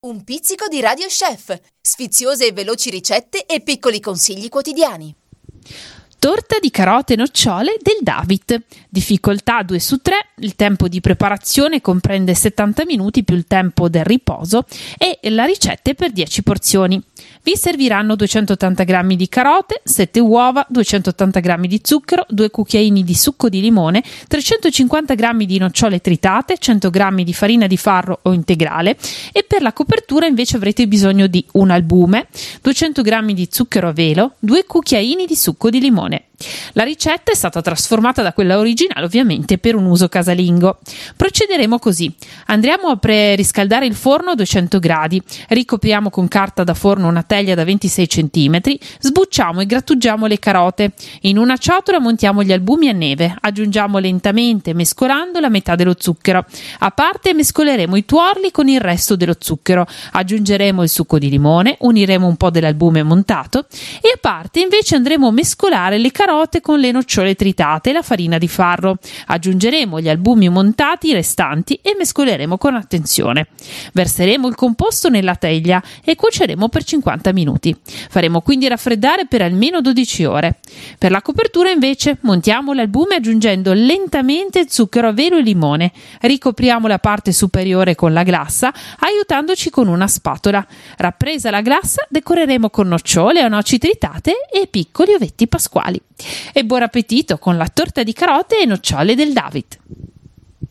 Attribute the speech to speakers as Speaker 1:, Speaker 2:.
Speaker 1: Un pizzico di Radio Chef, sfiziose e veloci ricette e piccoli consigli quotidiani.
Speaker 2: Torta di carote e nocciole del David. Difficoltà 2 su 3, il tempo di preparazione comprende 70 minuti più il tempo del riposo e la ricetta è per 10 porzioni. Vi serviranno 280 g di carote, 7 uova, 280 g di zucchero, 2 cucchiaini di succo di limone, 350 g di nocciole tritate, 100 g di farina di farro o integrale e per la copertura invece avrete bisogno di un albume, 200 g di zucchero a velo, 2 cucchiaini di succo di limone. La ricetta è stata trasformata da quella originale ovviamente per un uso casalingo. Procederemo così: andremo a preriscaldare il forno a 200 gradi, ricopriamo con carta da forno una teglia da 26 cm, sbucciamo e grattugiamo le carote. In una ciotola montiamo gli albumi a neve, aggiungiamo lentamente mescolando la metà dello zucchero. A parte mescoleremo i tuorli con il resto dello zucchero, aggiungeremo il succo di limone, uniremo un po' dell'albume montato e a parte invece andremo a mescolare le carote con le nocciole tritate e la farina di farro. Aggiungeremo gli albumi montati restanti e mescoleremo con attenzione. Verseremo il composto nella teglia e cuoceremo per 50 minuti. Faremo quindi raffreddare per almeno 12 ore. Per la copertura invece montiamo l'albume aggiungendo lentamente zucchero a velo e limone. Ricopriamo la parte superiore con la glassa aiutandoci con una spatola. Rappresa la glassa decoreremo con nocciole o noci tritate e piccoli ovetti pasquali. E buon appetito con la torta di carote e nocciole del David!